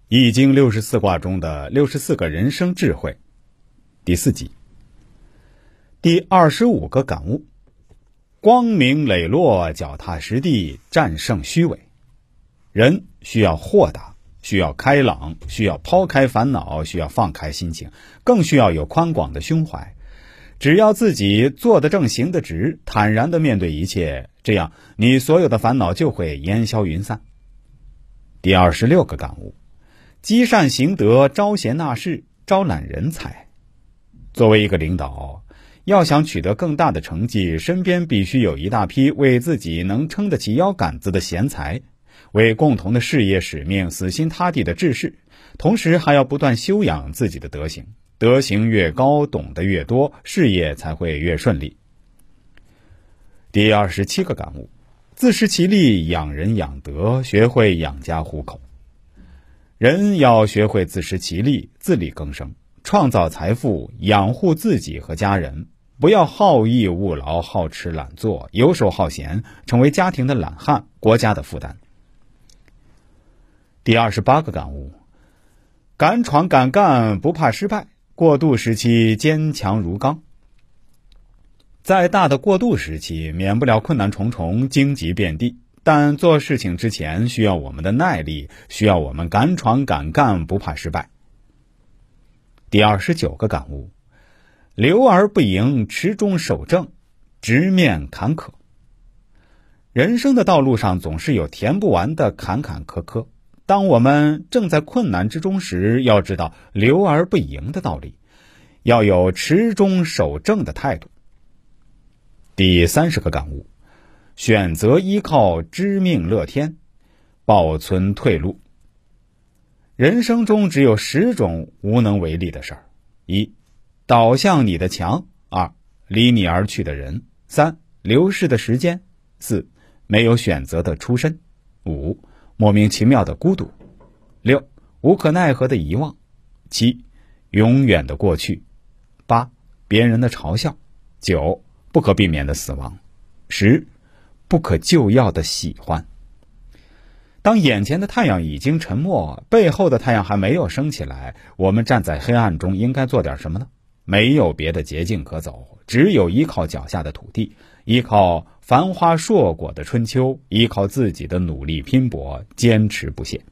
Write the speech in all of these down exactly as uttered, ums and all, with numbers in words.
易经六十四卦中的六十四个人生智慧，第四集，第二十五个感悟：光明磊落，脚踏实地，战胜虚伪。人需要豁达，需要开朗，需要抛开烦恼，需要放开心情，更需要有宽广的胸怀。只要自己做得正，行得直，坦然地面对一切，这样你所有的烦恼就会烟消云散。第二十六个感悟：积善行德，招贤纳士，招揽人才。作为一个领导，要想取得更大的成绩，身边必须有一大批为自己能撑得起腰杆子的贤才，为共同的事业使命死心塌地的志士，同时还要不断修养自己的德行。德行越高，懂得越多，事业才会越顺利。第二十七个感悟：自食其力，养人养德，学会养家糊口。人要学会自食其力，自力更生，创造财富，养护自己和家人，不要好逸恶劳，好吃懒做，游手好闲，成为家庭的懒汉，国家的负担。第二十八个感悟：敢闯敢干，不怕失败，过渡时期坚强如钢。再大的过渡时期，免不了困难重重，荆棘遍地，但做事情之前需要我们的耐力，需要我们敢闯敢干，不怕失败。第二十九个感悟：流而不盈，持中守正，直面坎坷。人生的道路上总是有填不完的坎坎坷坷，当我们正在困难之中时，要知道流而不盈的道理，要有持中守正的态度。第三十个感悟：选择依靠知命乐天，保存退路。人生中只有十种无能为力的事儿：一、倒向你的墙；二、离你而去的人；三、流逝的时间；四、没有选择的出身；五、莫名其妙的孤独；六、无可奈何的遗忘；七、永远的过去；八、别人的嘲笑；九、不可避免的死亡；十、不可救药的喜欢。当眼前的太阳已经沉没，背后的太阳还没有升起来，我们站在黑暗中应该做点什么呢？没有别的捷径可走，只有依靠脚下的土地，依靠繁花硕果的春秋，依靠自己的努力拼搏，坚持不懈。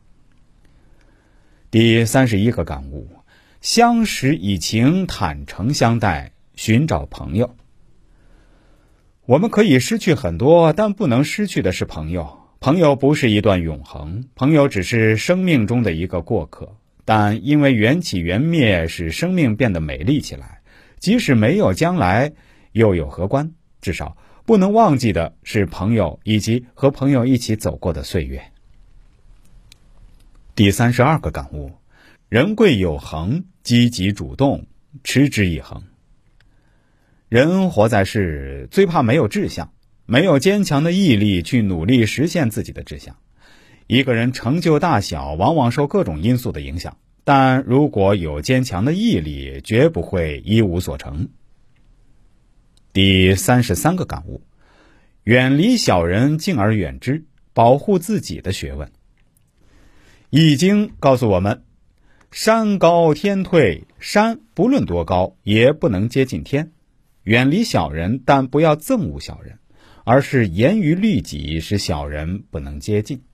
第三十一个感悟：相识以情，坦诚相待，寻找朋友。我们可以失去很多，但不能失去的是朋友。朋友不是一段永恒，朋友只是生命中的一个过客，但因为缘起缘灭，使生命变得美丽起来。即使没有将来，又有何关？至少不能忘记的是朋友，以及和朋友一起走过的岁月。第三十二个感悟：人贵有恒，积极主动，持之以恒。人活在世，最怕没有志向，没有坚强的毅力去努力实现自己的志向。一个人成就大小，往往受各种因素的影响，但如果有坚强的毅力，绝不会一无所成。第三十三个感悟：远离小人，敬而远之，保护自己的学问。易经告诉我们，山高天退，山不论多高，也不能接近天。远离小人，但不要憎恶小人，而是严于律己，使小人不能接近。